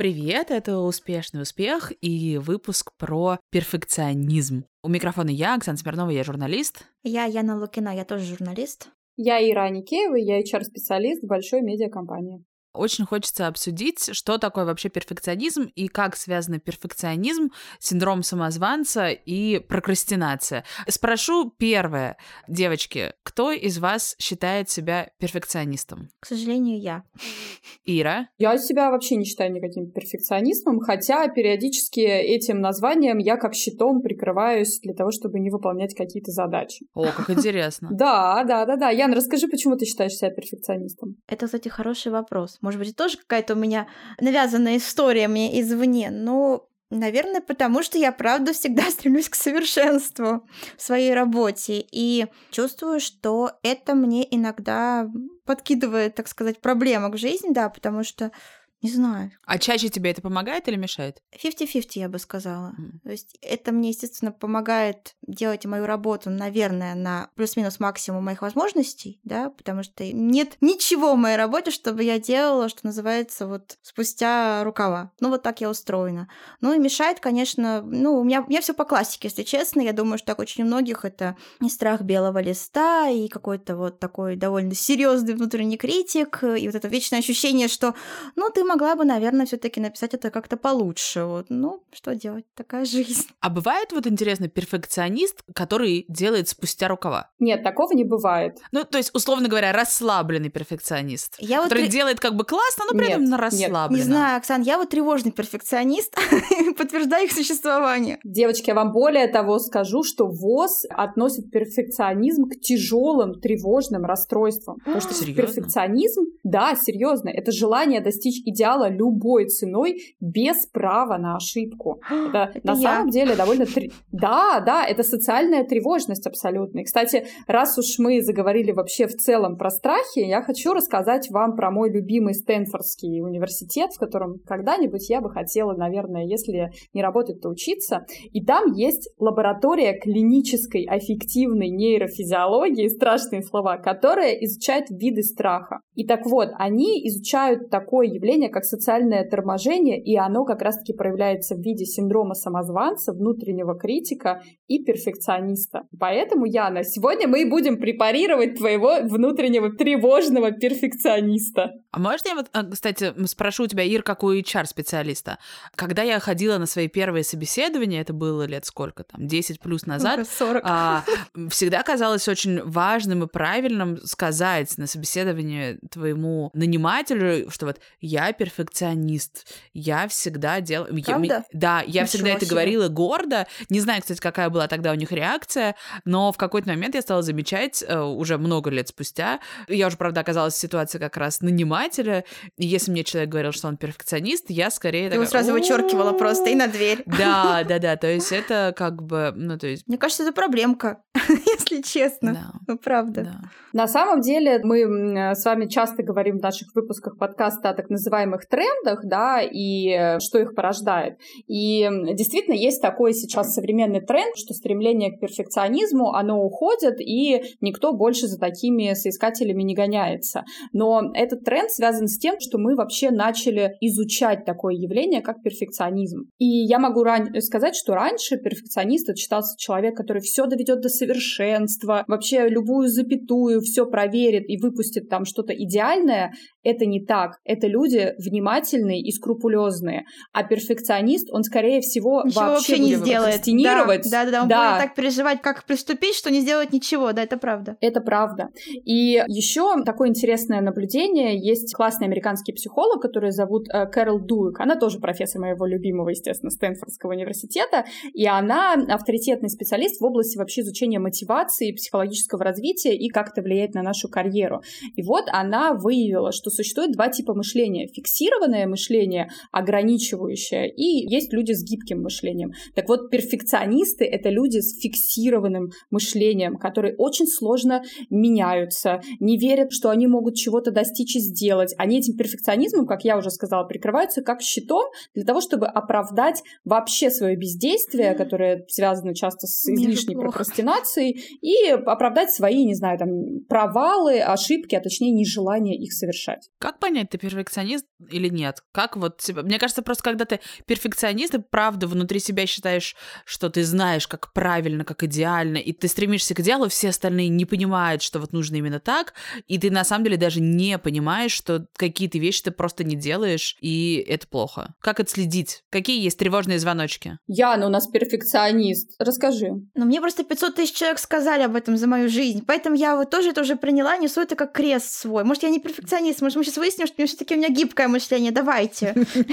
Привет, это «Успешный успех» и выпуск про перфекционизм. У микрофона я, Оксана Смирнова, я журналист. Я Яна Лукина, я тоже журналист. Я Ира Аникеева, я HR-специалист в большой медиакомпании. Очень хочется обсудить, что такое вообще перфекционизм и как связаны перфекционизм, синдром самозванца и прокрастинация. Спрошу первое. Девочки, кто из вас считает себя перфекционистом? К сожалению, я. Ира? Я себя вообще не считаю никаким перфекционистом, хотя периодически этим названием я как щитом прикрываюсь для того, чтобы не выполнять какие-то задачи. О, как интересно. Да. Ян, расскажи, почему ты считаешь себя перфекционистом? Это, кстати, хороший вопрос. Может быть, тоже какая-то у меня навязанная история мне извне, но, наверное, потому что я, правда, всегда стремлюсь к совершенству в своей работе и чувствую, что это мне иногда подкидывает, так сказать, проблемок в жизнь, да, потому что не знаю. А чаще тебе это помогает или мешает? 50-50, я бы сказала. То есть это мне, естественно, помогает делать мою работу, наверное, на плюс-минус максимум моих возможностей, да, потому что нет ничего в моей работе, чтобы я делала, что называется, вот спустя рукава. Ну, вот так я устроена. Ну, и мешает, конечно, у меня все по классике, если честно. Я думаю, что так очень у многих это и страх белого листа, и какой-то вот такой довольно серьезный внутренний критик, и вот это вечное ощущение, что, ты могла бы, наверное, все-таки написать это как-то получше. Вот. Что делать? Такая жизнь. А бывает, вот интересно, перфекционист, который делает спустя рукава? Нет, такого не бывает. То есть, условно говоря, расслабленный перфекционист, который делает как бы классно, но при этом расслабленно. Не знаю, Оксан, я вот тревожный перфекционист, подтверждаю их существование. Девочки, я вам более того скажу, что ВОЗ относит перфекционизм к тяжелым тревожным расстройствам. Потому что перфекционизм, да, серьезно, это желание достичь идеала любой ценой без права на ошибку. Это на самом деле довольно... Да, это социальная тревожность абсолютно. И, кстати, раз уж мы заговорили вообще в целом про страхи, я хочу рассказать вам про мой любимый Стэнфордский университет, в котором когда-нибудь я бы хотела, наверное, если не работать, то учиться. И там есть лаборатория клинической аффективной нейрофизиологии, страшные слова, которая изучает виды страха. И так вот, они изучают такое явление, как социальное торможение, и оно как раз-таки проявляется в виде синдрома самозванца, внутреннего критика и перфекциониста. Поэтому, Яна, сегодня мы и будем препарировать твоего внутреннего тревожного перфекциониста. А можно я вот, кстати, спрошу у тебя, Ир, как у HR-специалиста? Когда я ходила на свои первые собеседования, это было лет сколько там, 10 плюс назад, 40. всегда казалось очень важным и правильным сказать на собеседовании твоему нанимателю, что вот я перфекционист, я всегда делаю... Правда? Да, я всегда это говорила гордо. Не знаю, кстати, какая была тогда у них реакция, но в какой-то момент я стала замечать, уже много лет спустя, я уже, правда, оказалась в ситуации как раз нанимателя, и если мне человек говорил, что он перфекционист, я скорее... Ты его сразу вычеркивала просто и на дверь. Да, то есть это как бы, Мне кажется, это проблемка, если честно. Да. Правда. Да. На самом деле мы с вами часто говорим в наших выпусках подкаста о так называемых трендах, да, и что их порождает. И действительно есть такой сейчас современный тренд, что стремление к перфекционизму, оно уходит, и никто больше за такими соискателями не гоняется. Но этот тренд связан с тем, что мы вообще начали изучать такое явление, как перфекционизм. И я могу сказать, что раньше перфекционист считался человек, который все доведет до совершенства, вообще любую запятую, все проверит и выпустит там что-то идеальное. Это не так. Это люди внимательные и скрупулезные. А перфекционист, он, скорее всего, вообще не сделает. Да, он будет так переживать, как приступить, что не сделать ничего. Да, это правда. Это правда. И еще такое интересное наблюдение. Есть классный американский психолог, который зовут Кэрол Дуик. Она тоже профессор моего любимого, естественно, Стэнфордского университета. И она авторитетный специалист в области вообще изучения мотивации, психологического развития и как это влияет на нашу карьеру. И вот она выявила, что существует два типа мышления. Фиксированное мышление, ограничивающее, и есть люди с гибким мышлением. Так вот, перфекционисты — это люди с фиксированным мышлением, которые очень сложно меняются, не верят, что они могут чего-то достичь и сделать. Они этим перфекционизмом, как я уже сказала, прикрываются как щитом для того, чтобы оправдать вообще свое бездействие, которое связано часто с излишней прокрастинацией, и оправдать свои, не знаю, там, провалы, ошибки, а точнее нежелание их совершать. решать. Как понять, ты перфекционист или нет? Как вот себя... Мне кажется, просто когда ты перфекционист, ты правда внутри себя считаешь, что ты знаешь, как правильно, как идеально, и ты стремишься к идеалу, все остальные не понимают, что вот нужно именно так, и ты на самом деле даже не понимаешь, что какие-то вещи ты просто не делаешь, и это плохо. Как отследить? Какие есть тревожные звоночки? Яна у нас перфекционист. Расскажи. Ну, мне просто 500 тысяч человек сказали об этом за мою жизнь, поэтому я вот тоже это уже приняла, несу это как крест свой. Может, я не перфекционист, может, мы сейчас выясним, что все-таки у меня гибкое мышление. Давайте.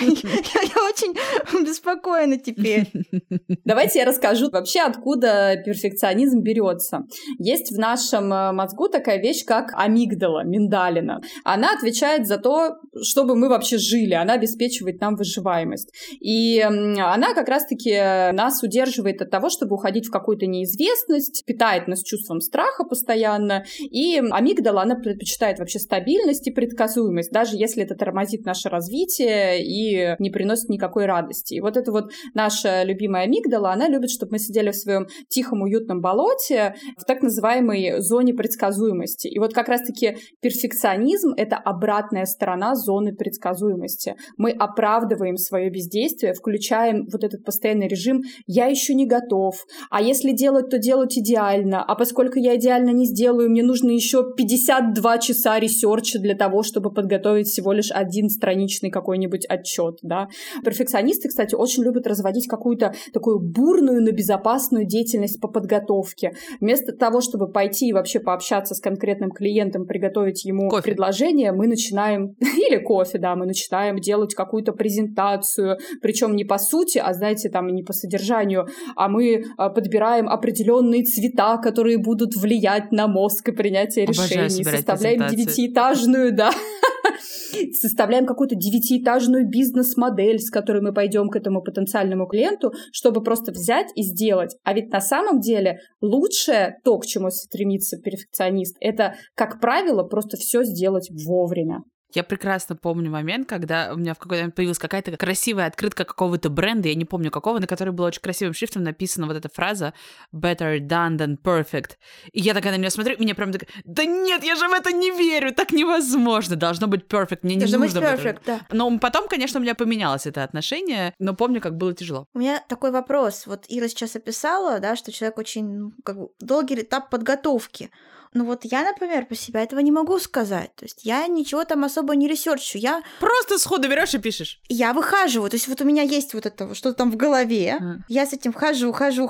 Я очень беспокоена теперь. Давайте я расскажу вообще, откуда перфекционизм берется. Есть в нашем мозгу такая вещь, как амигдала, миндалина. Она отвечает за то, чтобы мы вообще жили, она обеспечивает нам выживаемость. И она как раз-таки нас удерживает от того, чтобы уходить в какую-то неизвестность, питает нас чувством страха постоянно. И амигдала, она предпочитает вообще стабильность и предсказуемость, даже если это тормозит наше развитие и не приносит никакой радости. И вот это вот наша любимая амигдала, она любит, чтобы мы сидели в своем тихом, уютном болоте, в так называемой зоне предсказуемости. И вот как раз-таки перфекционизм — это обратная сторона зоны предсказуемости. Мы оправдываем свое бездействие, включаем вот этот постоянный режим «я еще не готов», а если делать, то делать идеально, а поскольку я идеально не сделаю, мне нужно еще 52 часа ресерча для того, чтобы подготовить всего лишь 1-страничный какой-нибудь отчет, да. Перфекционисты, кстати, очень любят разводить какую-то такую бурную, но безопасную деятельность по подготовке. Вместо того, чтобы пойти и вообще пообщаться с конкретным клиентом, приготовить ему предложение, мы начинаем, или кофе, да, мы начинаем делать какую-то презентацию, причем не по сути, а, знаете, там, не по содержанию, а мы подбираем определенные цвета, которые будут влиять на мозг и принятие решений, составляем 9-этажную, да, составляем какую-то 9-этажную бизнес-модель, с которой мы пойдем к этому потенциальному клиенту, чтобы просто взять и сделать. А ведь на самом деле лучшее, то, к чему стремится перфекционист, это, как правило, просто все сделать вовремя. Я прекрасно помню момент, когда у меня в какой-то момент появилась какая-то красивая открытка какого-то бренда, я не помню какого, на которой была очень красивым шрифтом написана вот эта фраза «better done than perfect». И я такая на меня смотрю, и мне прям такая: да нет, я же в это не верю, так невозможно, должно быть perfect, мне не нужно perfect, да. Но потом, конечно, у меня поменялось это отношение, но помню, как было тяжело. У меня такой вопрос. Вот Ира сейчас описала, да, что человек очень долгий этап подготовки. Ну вот я, например, по себе этого не могу сказать. То есть я ничего там особо не ресерчу. Я просто сходу берешь и пишешь. Я выхаживаю. То есть вот у меня есть вот это что-то там в голове. Я с этим хожу.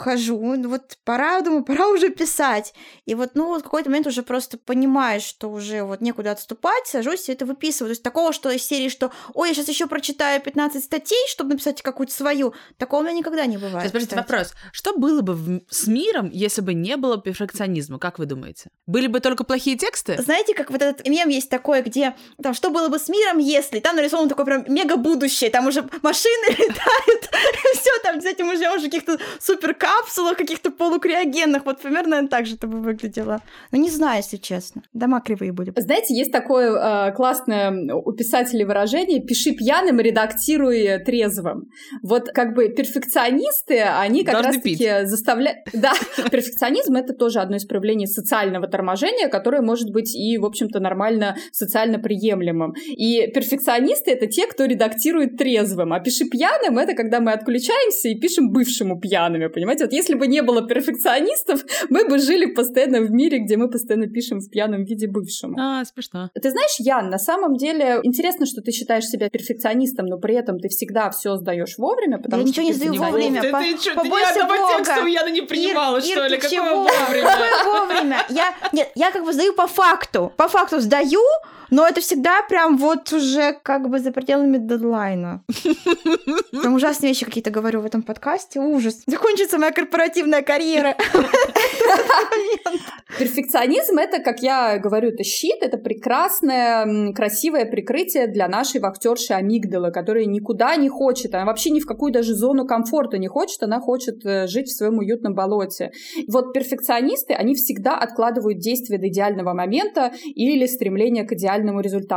Ну вот пора, думаю, пора уже писать. И вот, в какой-то момент уже просто понимаешь, что уже вот некуда отступать, сажусь и это выписываю. То есть такого, что из серии, что ой, я сейчас еще прочитаю 15 статей, чтобы написать какую-то свою, такого у меня никогда не бывает. Сейчас, подождите, вопрос. Что было бы с миром, если бы не было перфекционизма? Как вы думаете? Были бы только плохие тексты? Знаете, как вот этот мем есть такой, где там что было бы с миром, если там нарисовано такое прям мега будущее, там уже машины летают, все там, кстати, мы живем уже в каких-то суперкапсулах, каких-то полукриогенных, вот примерно, наверное, так же это бы выглядело. Ну, не знаю, если честно. Дома кривые были. Знаете, есть такое классное у писателей выражение «пиши пьяным, редактируй трезвым». Вот как бы перфекционисты, они как раз-таки заставляют... Да, перфекционизм — это тоже одно из проявлений социального торможения, которое может быть и, в общем-то, нормально социально приемлемым. И перфекционисты — это те, кто редактирует трезвым, а «пиши пьяным» — это когда мы отключаемся и пишем бывшему пьяными, понимаете? Вот если бы не было перфекционистов, мы бы жили постоянно в мире, где мы постоянно пишем в пьяном виде бывшему. Смешно. Ты знаешь, Ян, на самом деле интересно, что ты считаешь себя перфекционистом, но при этом ты всегда все сдаешь вовремя, потому я что ничего не сдаю вовремя. Ты побойся Бога. Текстом Яна не принимала, что ли? Какое вовремя? Я как бы сдаю по факту. По факту сдаю, но это всегда прям вот уже как бы за пределами дедлайна. Прям ужасные вещи какие-то говорю в этом подкасте. Ужас. Закончится моя корпоративная карьера. Перфекционизм — это, как я говорю, это щит, это прекрасное, красивое прикрытие для нашей вахтерши амигдалы, которая никуда не хочет, она вообще ни в какую даже зону комфорта не хочет, она хочет жить в своем уютном болоте. Вот перфекционисты, они всегда откладывают действие до идеального момента или стремление к идеальному результату.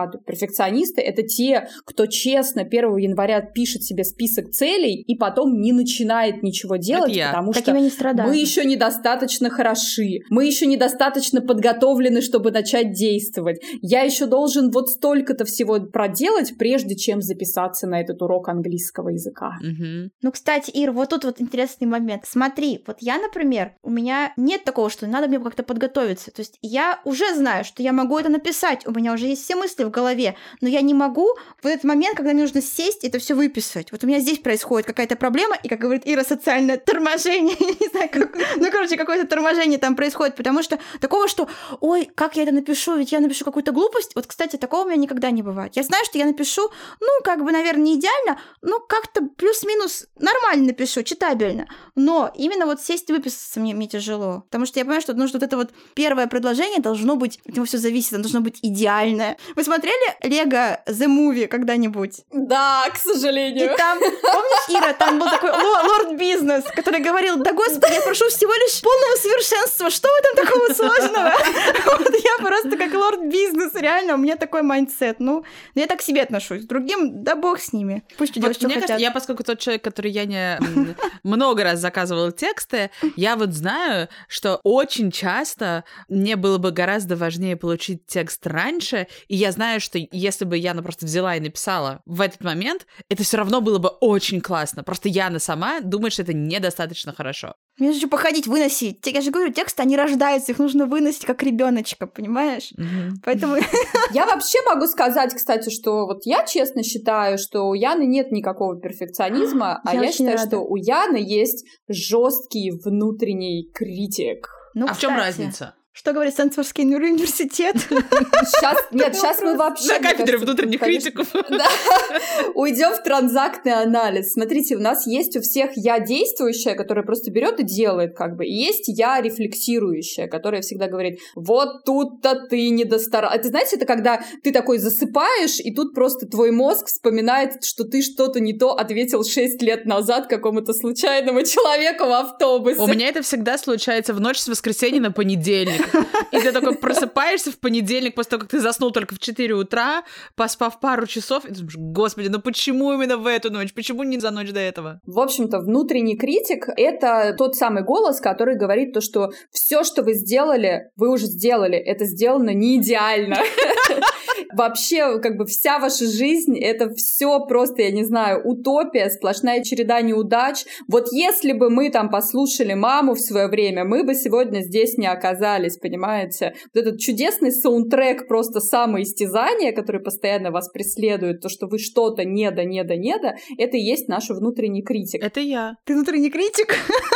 правду. Перфекционисты — это те, кто честно 1 января пишет себе список целей и потом не начинает ничего делать, потому что мы еще недостаточно хороши, мы еще недостаточно подготовлены, чтобы начать действовать. Я еще должен вот столько-то всего проделать, прежде чем записаться на этот урок английского языка. Ну, кстати, Ир, вот тут вот интересный момент. Смотри, вот я, например, у меня нет такого, что надо мне как-то подготовиться. То есть я уже знаю, что я могу это написать, у меня уже есть все мысли в голове, но я не могу в этот момент, когда мне нужно сесть, это все выписать. Вот у меня здесь происходит какая-то проблема, и, как говорит Ира, социальное торможение, не знаю, как, ну, короче, какое-то торможение там происходит, потому что такого, что, ой, как я это напишу, ведь я напишу какую-то глупость, вот, кстати, такого у меня никогда не бывает. Я знаю, что я напишу, ну, как бы, наверное, не идеально, но как-то плюс-минус нормально напишу, читабельно, но именно вот сесть и выписаться мне тяжело, потому что я понимаю, что нужно вот это вот первое предложение должно быть, от него все зависит, оно должно быть идеальное. Вы смотрели Лего The Movie когда-нибудь? Да, к сожалению. И там, помнишь, Ира, там был такой лорд бизнес, который говорил: да господи, я прошу всего лишь полного совершенства, что в этом такого сложного? Вот я просто как лорд бизнес, реально, у меня такой майндсет. Ну, я так к себе отношусь, другим, да бог с ними. Пусть делают, что хотят. Кажется, я, поскольку тот человек, который я не много раз заказывала тексты, я вот знаю, что очень часто мне было бы гораздо важнее получить текст раньше, и я знаю, что если бы Яна просто взяла и написала в этот момент, это все равно было бы очень классно. Просто Яна сама думает, что это недостаточно хорошо. Мне нужно походить, выносить. Я же говорю, тексты, они рождаются, их нужно выносить как ребеночка, понимаешь? Поэтому... Я вообще могу сказать, кстати, что вот я честно считаю, что у Яны нет никакого перфекционизма, а я считаю, что у Яны есть жесткий внутренний критик. Ну, в чем разница? Что говорит Стэнфордский университет? Сейчас мы вообще... На кафедре внутренних критиков. Уйдем в транзактный анализ. Смотрите, у нас есть у всех я действующая, которая просто берет и делает, как бы. И есть я рефлексирующая, которая всегда говорит: вот тут-то ты не достарался. Это, знаете, это когда ты такой засыпаешь, и тут просто твой мозг вспоминает, что ты что-то не то ответил 6 лет назад какому-то случайному человеку в автобусе. У меня это всегда случается в ночь с воскресенья на понедельник. И ты такой просыпаешься в понедельник после того, как ты заснул только в 4 утра, поспав пару часов, и ты думаешь: господи, ну почему именно в эту ночь? Почему не за ночь до этого? В общем-то, внутренний критик — это тот самый голос, который говорит то, что все, что вы сделали, вы уже сделали. Это сделано не идеально. Вообще, как бы вся ваша жизнь — это все просто, я не знаю, утопия, сплошная череда неудач. Вот если бы мы там послушали маму в свое время, мы бы сегодня здесь не оказались, понимаете? Вот этот чудесный саундтрек просто самоистязания, который постоянно вас преследует, то, что вы что-то недо, это и есть наш внутренний критик. Это я. Ты внутренний критик?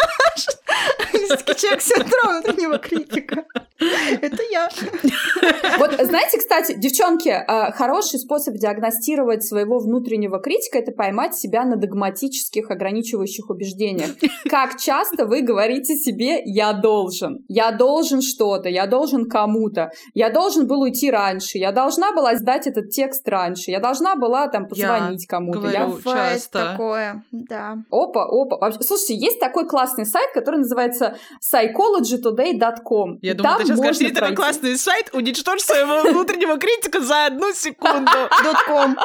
Человек-синдром внутреннего критика. Это я. Вот, знаете, кстати, девчонки, хороший способ диагностировать своего внутреннего критика — это поймать себя на догматических, ограничивающих убеждениях. Как часто вы говорите себе: я должен что-то, я должен кому-то, я должен был уйти раньше, я должна была сдать этот текст раньше, я должна была там позвонить кому-то. Говорю часто. Такое, да. Опа. Слушайте, есть такой классный сайт, который называется psychologytoday.com. Я думаю, ты сейчас скажешь: есть такой классный сайт, уничтожь своего внутреннего критика за 1 секунду. .com.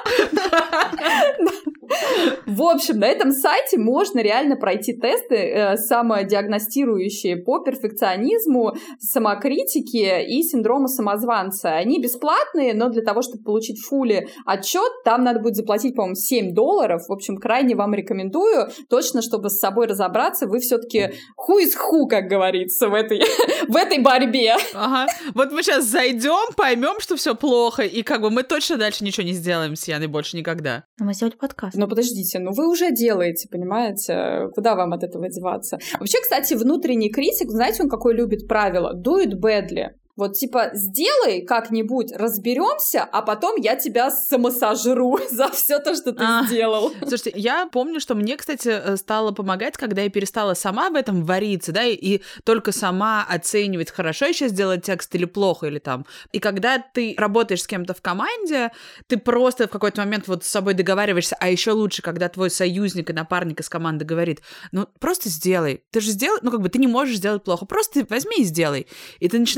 В общем, на этом сайте можно реально пройти тесты самодиагностирующие по перфекционизму, самокритике и синдрому самозванца. Они бесплатные, но для того, чтобы получить фулли отчет, там надо будет заплатить, по-моему, $7. В общем, крайне вам рекомендую. Точно, чтобы с собой разобраться, вы все-таки who is who, как говорится, в этой борьбе. Ага. Вот мы сейчас зайдем, поймем, что все плохо, и как бы мы точно дальше ничего не сделаем с Яной больше никогда. Но мы сделали подкаст. Но подождите, вы уже делаете, понимаете? Куда вам от этого деваться? Вообще, кстати, внутренний критик, знаете, он какое любит правило? Do it badly. Вот типа сделай как-нибудь, разберемся, а потом я тебя самосожру за все то, что ты сделал. Слушайте, я помню, что мне, кстати, стало помогать, когда я перестала сама в этом вариться, да, и только сама оценивать, хорошо я сейчас сделать текст или плохо, или там. И когда ты работаешь с кем-то в команде, ты просто в какой-то момент вот с собой договариваешься, а еще лучше, когда твой союзник и напарник из команды говорит: ну, просто сделай. Ты же сделай, ну, как бы ты не можешь сделать плохо, просто возьми и сделай. И ты начинаешь это делать,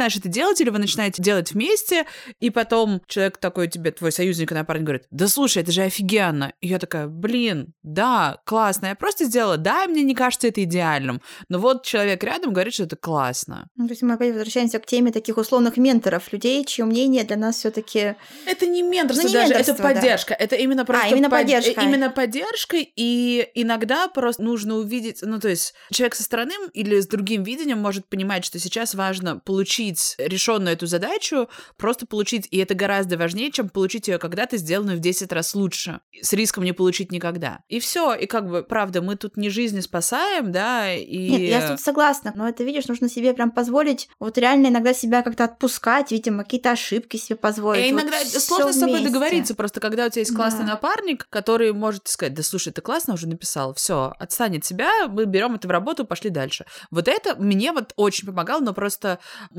делать, или вы начинаете делать вместе, и потом человек такой тебе, твой союзник и напарник, говорит: да слушай, это же офигенно. И я такая: блин, да, классно, я просто сделала, да, мне не кажется это идеальным, но вот человек рядом говорит, что это классно. То есть мы опять возвращаемся к теме таких условных менторов, людей, чье мнение для нас все-таки. Это не менторство даже, это поддержка. Да. Это именно просто поддержка. Именно поддержка, и иногда просто нужно увидеть, то есть человек со стороны или с другим видением может понимать, что сейчас важно получить решенную эту задачу, просто получить, и это гораздо важнее, чем получить ее когда-то сделанную в 10 раз лучше, с риском не получить никогда. И все, и правда, мы тут не жизни спасаем, да, и... Нет, я тут согласна, но это, видишь, нужно себе прям позволить, реально иногда себя как-то отпускать, видимо, какие-то ошибки себе позволить. И иногда сложно с собой договориться, просто когда у тебя есть классный напарник, который может сказать: да слушай, ты классно уже написал, все, отстань от себя, мы берем это в работу, пошли дальше. Вот это мне очень помогало, но просто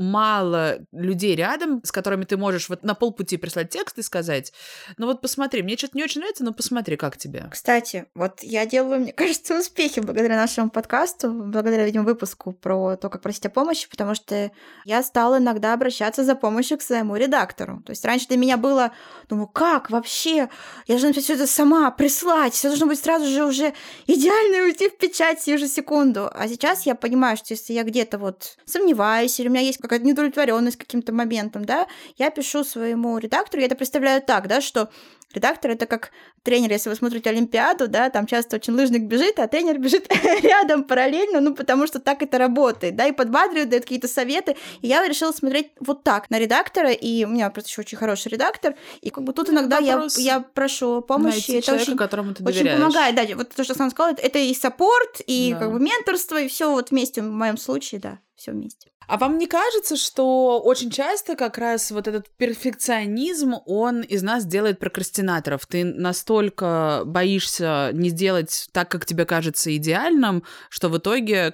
мало людей рядом, с которыми ты можешь на полпути прислать текст и сказать: посмотри, мне что-то не очень нравится, но посмотри, как тебе. Кстати, я делаю, мне кажется, успехи благодаря нашему подкасту, благодаря, видимо, выпуску про то, как просить о помощи, потому что я стала иногда обращаться за помощью к своему редактору. То есть раньше для меня было, думаю, как вообще? Я должна все это сама прислать, все должно быть сразу же уже идеально и уйти в печать сию же секунду. А сейчас я понимаю, что если я где-то сомневаюсь, или у меня есть какая-то неудовлетворенность каким-то моментом, да, я пишу своему редактору, я это представляю так, да, что редактор — это как тренер, если вы смотрите Олимпиаду, да, там часто очень лыжник бежит, а тренер бежит рядом параллельно, потому что так это работает, да, и подбадривает, дает какие-то советы. И я решила смотреть вот так на редактора, и у меня просто еще очень хороший редактор, и тут иногда я прошу помощи. Это человека, которому ты доверяешь. Очень помогает, да, вот то, что Оксана сказала, это и саппорт, и менторство, и все вместе, в моем случае, да, все вместе. А вам не кажется, что очень часто как раз этот перфекционизм, он из нас делает прокрастинаторов? Ты настолько боишься не сделать так, как тебе кажется идеальным, что в итоге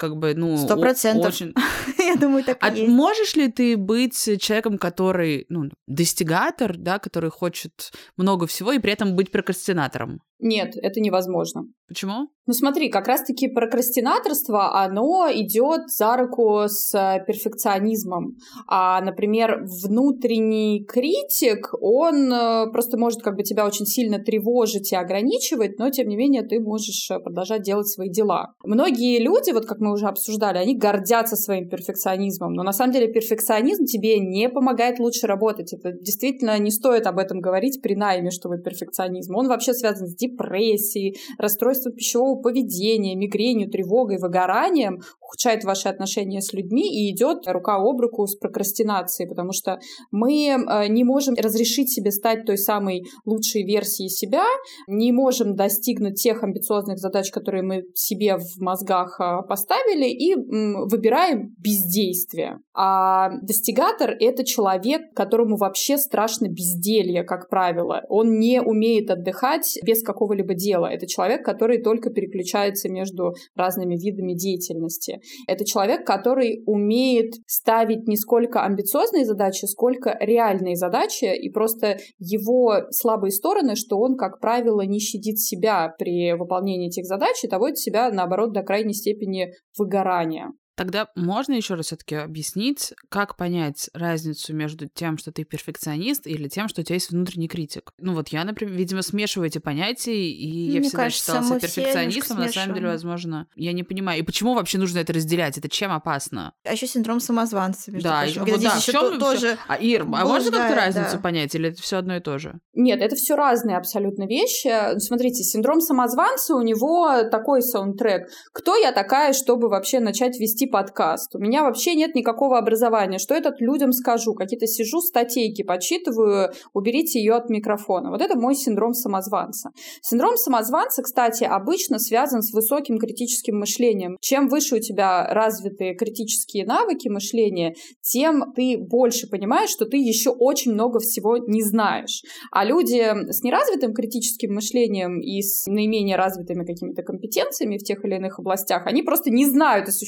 100%. Очень... Я думаю, так и есть. Можешь ли ты быть человеком, который, достигатор, да, который хочет много всего, и при этом быть прокрастинатором? Нет, это невозможно. Почему? Смотри, как раз-таки прокрастинаторство, оно идет за руку с перфекционизмом. А, например, внутренний критик, он просто может тебя очень сильно тревожить и ограничивать, но, тем не менее, ты можешь продолжать делать свои дела. Многие люди, как мы уже обсуждали, они гордятся своим перфекционизмом, но на самом деле перфекционизм тебе не помогает лучше работать. Это действительно не стоит об этом говорить при найме, что вы перфекционизм. Он вообще связан с депрессией, расстройством пищевого поведения, мигренью, тревогой, выгоранием, ухудшает ваши отношения с людьми и идет рука об руку с прокрастинацией, потому что мы не можем разрешить себе стать той самой лучшей версией себя, не можем достигнуть тех амбициозных задач, которые мы себе в мозгах поставили, и выбираем бездействие. А достигатор — это человек, которому вообще страшно безделье, как правило. Он не умеет отдыхать без какого-либо дела. Это человек, который только переключается между разными видами деятельности. Это человек, который умеет ставить не сколько амбициозные задачи, сколько реальные задачи, и просто его слабые стороны, что он, как правило, не щадит себя при выполнении этих задач и доводит себя, наоборот, до крайней степени выгорания. Тогда можно еще раз все-таки объяснить, как понять разницу между тем, что ты перфекционист, или тем, что у тебя есть внутренний критик? Я, например, видимо, смешиваю эти понятия, и я всегда считала себя перфекционистом, на самом деле, возможно, я не понимаю. И почему вообще нужно это разделять? Это чем опасно? А еще синдром самозванца. Да, тоже. Ир, можно как-то разницу понять, или это все одно и то же? Нет, это все разные абсолютно вещи. Смотрите, синдром самозванца, у него такой саундтрек. Кто я такая, чтобы вообще начать вести подкаст? У меня вообще нет никакого образования. Что я тут людям скажу? Какие-то сижу, статейки почитываю, уберите ее от микрофона. Вот это мой синдром самозванца. Синдром самозванца, кстати, обычно связан с высоким критическим мышлением. Чем выше у тебя развиты критические навыки мышления, тем ты больше понимаешь, что ты еще очень много всего не знаешь. А люди с неразвитым критическим мышлением и с наименее развитыми какими-то компетенциями в тех или иных областях, они просто не знают о существовании каких-то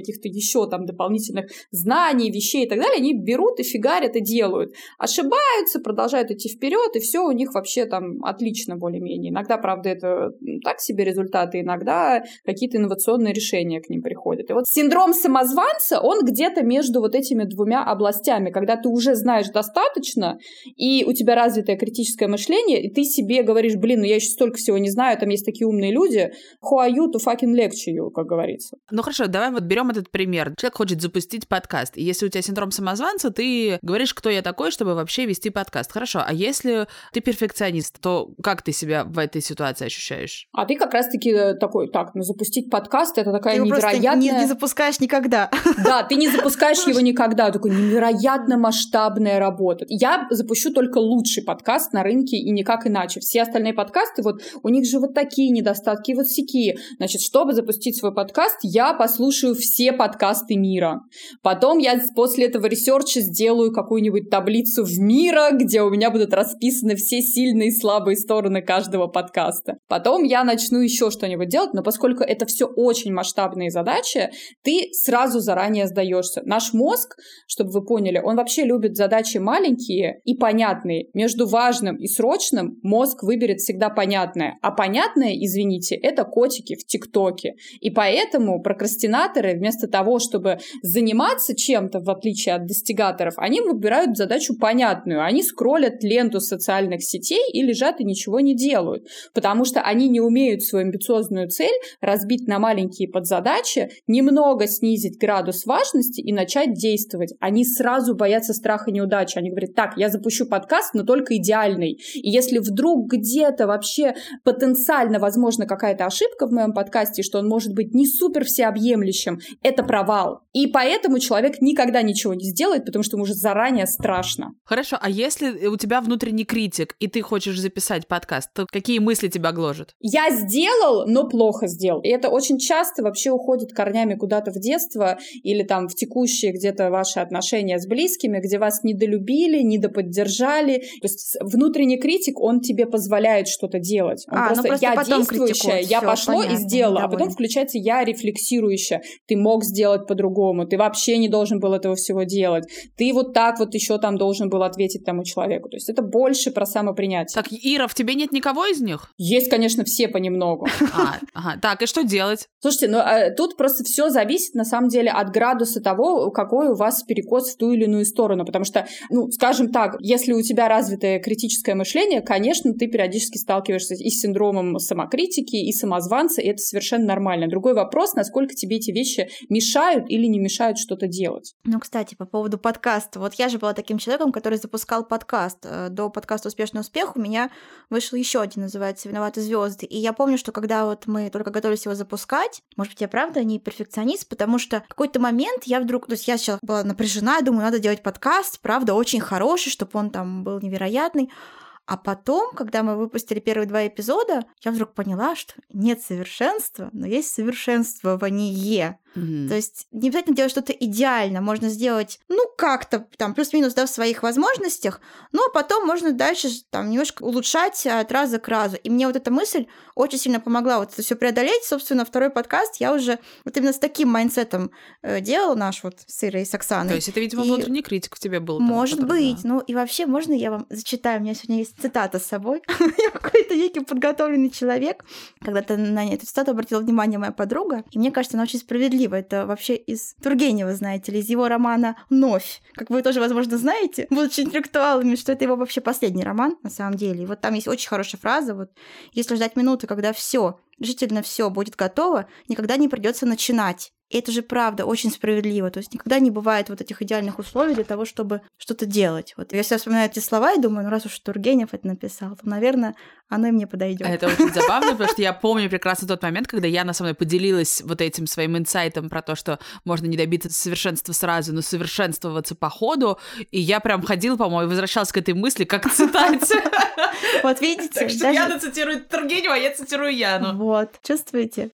каких-то еще там дополнительных знаний, вещей и так далее, они берут и фигарят и делают. Ошибаются, продолжают идти вперед, и все у них вообще там отлично более-менее. Иногда, правда, это так себе результаты, иногда какие-то инновационные решения к ним приходят. И вот синдром самозванца, он где-то между вот этими двумя областями, когда ты уже знаешь достаточно, и у тебя развитое критическое мышление, и ты себе говоришь, блин, ну я еще столько всего не знаю, там есть такие умные люди, who are you to fucking lecture you, как говорится. Ну хорошо, давай вот берем этот пример. Человек хочет запустить подкаст, и если у тебя синдром самозванца, ты говоришь, кто я такой, чтобы вообще вести подкаст. Хорошо, а если ты перфекционист, то как ты себя в этой ситуации ощущаешь? А ты как раз-таки такой, так, ну запустить подкаст, это такая ты невероятная... Ты его не запускаешь никогда. Да, ты не запускаешь его никогда. Такой невероятно масштабная работа. Я запущу только лучший подкаст на рынке и никак иначе. Все остальные подкасты, вот у них же вот такие недостатки, вот сякие. Значит, чтобы запустить свой подкаст, я послушаю все подкасты мира. Потом я после этого ресерча сделаю какую-нибудь таблицу в мира, где у меня будут расписаны все сильные и слабые стороны каждого подкаста. Потом я начну еще что-нибудь делать, но поскольку это все очень масштабные задачи, ты сразу заранее сдаешься. Наш мозг, чтобы вы поняли, он вообще любит задачи маленькие и понятные. Между важным и срочным мозг выберет всегда понятное. А понятное, извините, это котики в ТикТоке. И поэтому прокрастинаторы вместо того, чтобы заниматься чем-то, в отличие от достигаторов, они выбирают задачу понятную. Они скроллят ленту социальных сетей и лежат и ничего не делают. Потому что они не умеют свою амбициозную цель разбить на маленькие подзадачи, немного снизить градус важности и начать действовать. Они сразу боятся страха неудачи. Они говорят, так, я запущу подкаст, но только идеальный. И если вдруг где-то вообще потенциально возможна какая-то ошибка в моем подкасте, что он может быть не супер всеобъемлющим, это провал. И поэтому человек никогда ничего не сделает, потому что ему уже заранее страшно. Хорошо, а если у тебя внутренний критик, и ты хочешь записать подкаст, то какие мысли тебя гложат? Я сделал, но плохо сделал. И это очень часто вообще уходит корнями куда-то в детство или там в текущие где-то ваши отношения с близкими, где вас недолюбили, недоподдержали. То есть внутренний критик, он тебе позволяет что-то делать. Он просто я действующая, я пошло и сделала, а потом включается я рефлексирующая. Ты мог сделать по-другому, ты вообще не должен был этого всего делать. Ты вот так вот еще там должен был ответить тому человеку. То есть это больше про самопринятие. Так, Ира, в тебе нет никого из них? Есть, конечно, все понемногу. Ага. Так, и что делать? Слушайте, ну тут просто все зависит, на самом деле, от градуса того, какой у вас перекос в ту или иную сторону. Потому что, ну, скажем так, если у тебя развитое критическое мышление, конечно, ты периодически сталкиваешься и с синдромом самокритики, и самозванца, и это совершенно нормально. Другой вопрос, насколько тебе эти вещи мешают или не мешают что-то делать. Ну, кстати, по поводу подкаста. Вот я же была таким человеком, который запускал подкаст. До подкаста «Успешный успех» у меня вышел еще один, называется «Виноваты звезды». И я помню, что когда вот мы только готовились его запускать, может быть, я правда не перфекционист, потому что в какой-то момент я вдруг... То есть я сначала была напряжена, думаю, надо делать подкаст, правда, очень хороший, чтобы он там был невероятный. А потом, когда мы выпустили первые 2 эпизода, я вдруг поняла, что нет совершенства, но есть совершенствование. Mm-hmm. То есть не обязательно делать что-то идеально, можно сделать, ну, как-то там плюс-минус, да, в своих возможностях, но потом можно дальше там немножко улучшать от раза к разу. И мне вот эта мысль очень сильно помогла вот это все преодолеть. Собственно, второй подкаст я уже вот именно с таким майндсетом делала, наш вот с Ирой и с Оксаной. То есть это, видимо, внутренний критик в тебе был. Может быть. Да. Ну и вообще, можно я вам зачитаю? У меня сегодня есть цитата с собой. Я какой-то некий подготовленный человек. Когда-то на эту цитату обратила внимание моя подруга, и мне кажется, она очень справедлива. Это вообще из Тургенева, знаете ли, из его романа «Новь». Как вы тоже, возможно, знаете, будучи интеллектуалами, что это его вообще последний роман, на самом деле. И вот там есть очень хорошая фраза, вот, если ждать минуты, когда все, решительно все будет готово, никогда не придется начинать. И это же правда очень справедливо. То есть никогда не бывает вот этих идеальных условий для того, чтобы что-то делать. Вот я всегда вспоминаю эти слова и думаю, ну раз уж Тургенев это написал, то, наверное, оно и мне подойдет. Это очень забавно, потому что я помню прекрасно тот момент, когда Яна со мной поделилась вот этим своим инсайтом про то, что можно не добиться совершенства сразу, но совершенствоваться по ходу. И я прям ходила, по-моему, и возвращалась к этой мысли как к цитате. Вот видите? Так что Яна цитирует Тургенева, а я цитирую Яну. Вот, чувствуете?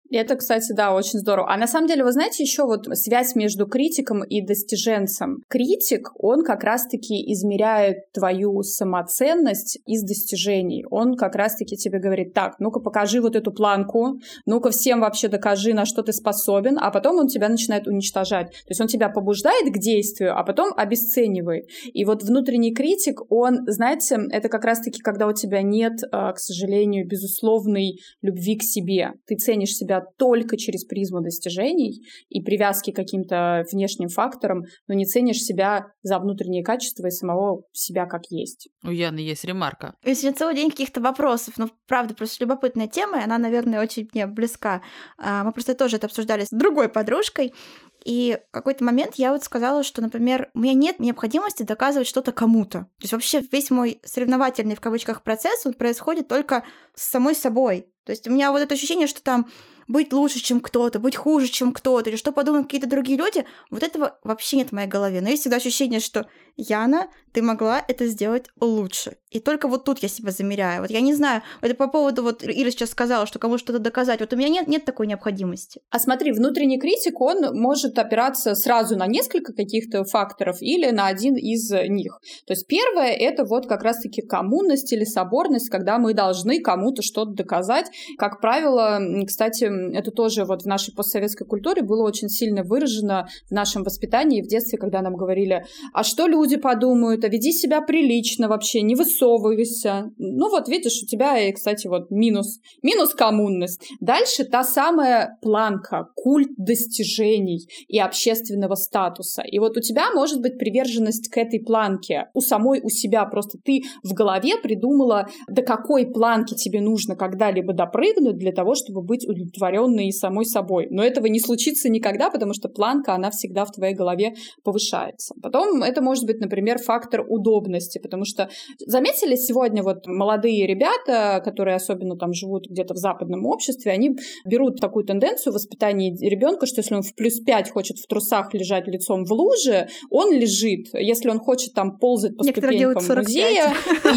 Это, кстати, да, очень здорово. А на самом деле, вы знаете, еще вот связь между критиком и достиженцем. Критик, он как раз-таки измеряет твою самоценность из достижений. Он как раз-таки тебе говорит: так, ну-ка покажи вот эту планку, ну-ка всем вообще докажи, на что ты способен, а потом он тебя начинает уничтожать. То есть он тебя побуждает к действию, а потом обесценивает. И вот внутренний критик, он, знаете, это как раз-таки, когда у тебя нет, к сожалению, безусловной любви к себе. Ты ценишь себя только через призму достижений и привязки к каким-то внешним факторам, но не ценишь себя за внутренние качества и самого себя как есть. У Яны есть ремарка. И сегодня целый день каких-то вопросов. Ну, правда, просто любопытная тема, и она, наверное, очень мне близка. Мы просто тоже это обсуждали с другой подружкой. И в какой-то момент я вот сказала, что, например, у меня нет необходимости доказывать что-то кому-то. То есть вообще весь мой соревновательный, в кавычках, процесс, он происходит только с самой собой. То есть у меня вот это ощущение, что там быть лучше, чем кто-то, быть хуже, чем кто-то, или что подумают какие-то другие люди, вот этого вообще нет в моей голове. Но есть всегда ощущение, что Яна, ты могла это сделать лучше. И только вот тут я себя замеряю. Вот я не знаю, это по поводу, вот Ира сейчас сказала, что кому что-то доказать. Вот у меня нет такой необходимости. А смотри, внутренний критик, он может опираться сразу на несколько каких-то факторов или на один из них. То есть первое, это вот как раз-таки коммунность или соборность, когда мы должны кому-то что-то доказать. Как правило, кстати, это тоже вот в нашей постсоветской культуре было очень сильно выражено в нашем воспитании в детстве, когда нам говорили: а что люди подумают, а веди себя прилично вообще, не высовывайся. Ну вот видишь, у тебя, кстати, вот минус коммунность. Дальше та самая планка, культ достижений и общественного статуса. И вот у тебя может быть приверженность к этой планке, у себя. Просто ты в голове придумала, до какой планки тебе нужно когда-либо допрыгнуть для того, чтобы быть удовлетворенной самой собой. Но этого не случится никогда, потому что планка, она всегда в твоей голове повышается. Потом это может быть, например, фактор удобности, потому что заметили сегодня вот молодые ребята, которые особенно там живут где-то в западном обществе, они берут такую тенденцию в воспитании ребенка, что если он в +5 хочет в трусах лежать лицом в луже, он лежит. Если он хочет там ползать по ступенькам музея,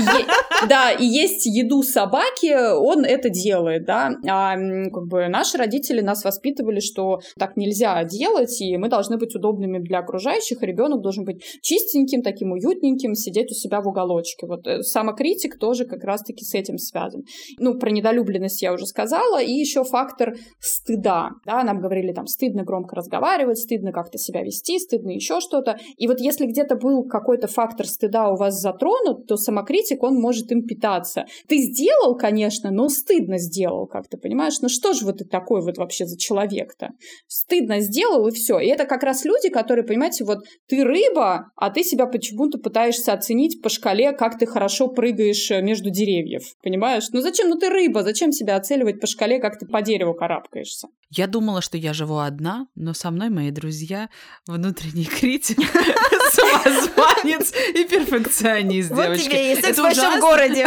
и есть еду собаки, он это делает, да. А как бы наши родители нас воспитывали, что так нельзя делать, и мы должны быть удобными для окружающих, и ребенок должен быть чистеньким, таким уютненьким, сидеть у себя в уголочке. Вот самокритик тоже как раз-таки с этим связан. Ну, про недолюбленность я уже сказала, и еще фактор стыда. Да, нам говорили, там, стыдно громко разговаривать, стыдно как-то себя вести, стыдно еще что-то. И вот если где-то был какой-то фактор стыда у вас затронут, то самокритик, он может им питаться. Ты сделал, конечно, но стыдно сделал, как ты понимаешь? Ну что же вот ты такой вот вообще за человек-то? Стыдно сделал, и все. И это как раз люди, которые, понимаете, вот ты рыба, а ты себя почему-то пытаешься оценить по шкале, как ты хорошо прыгаешь между деревьев. Понимаешь? Ну зачем? Ну ты рыба, зачем себя оценивать по шкале, как ты по дереву карабкаешься? Я думала, что я живу одна, но со мной мои друзья, внутренний критик, самозванец и перфекционист, девочки. Вот тебе и секс в большом городе.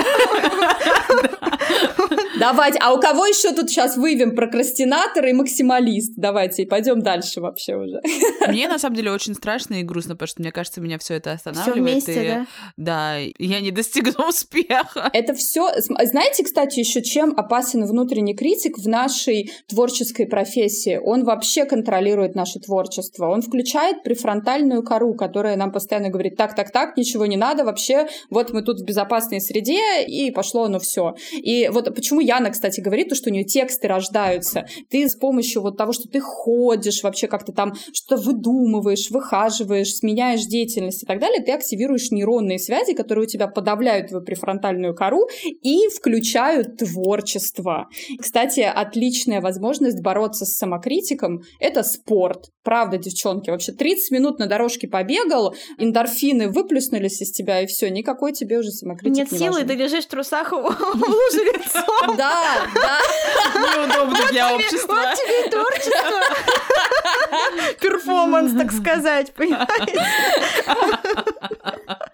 Давайте, а у кого еще тут сейчас выявим прокрастинатор и максималист? Давайте, пойдем дальше вообще уже. Мне на самом деле очень страшно и грустно, потому что, мне кажется, меня все это останавливает. Всё вместе, да? Да, я не достигну успеха. Это все. Знаете, кстати, еще чем опасен внутренний критик в нашей творческой профессии? Он вообще контролирует наше творчество. Он включает префронтальную кору, которая нам постоянно говорит: так, ничего не надо, вообще, вот мы тут в безопасной среде, и пошло оно все. И вот почему Яна, кстати, говорит, что у нее тексты рождаются. Ты с помощью вот того, что ты ходишь, вообще как-то там что-то выдумываешь, выхаживаешь, сменяешь деятельность и так далее, ты активируешь нейронные связи, которые у тебя подавляют твою префронтальную кору и включают творчество. Кстати, отличная возможность бороться с самокритиком — это спорт. Правда, девчонки, вообще 30 минут на дорожке побегал, эндорфины выплеснулись из тебя, и все, никакой тебе уже самокритик нет не силы, важен. ты лежишь в трусах в луже лицом. Да. Неудобно для общества. Вот тебе и творчество. Перформанс, так сказать, понимаете?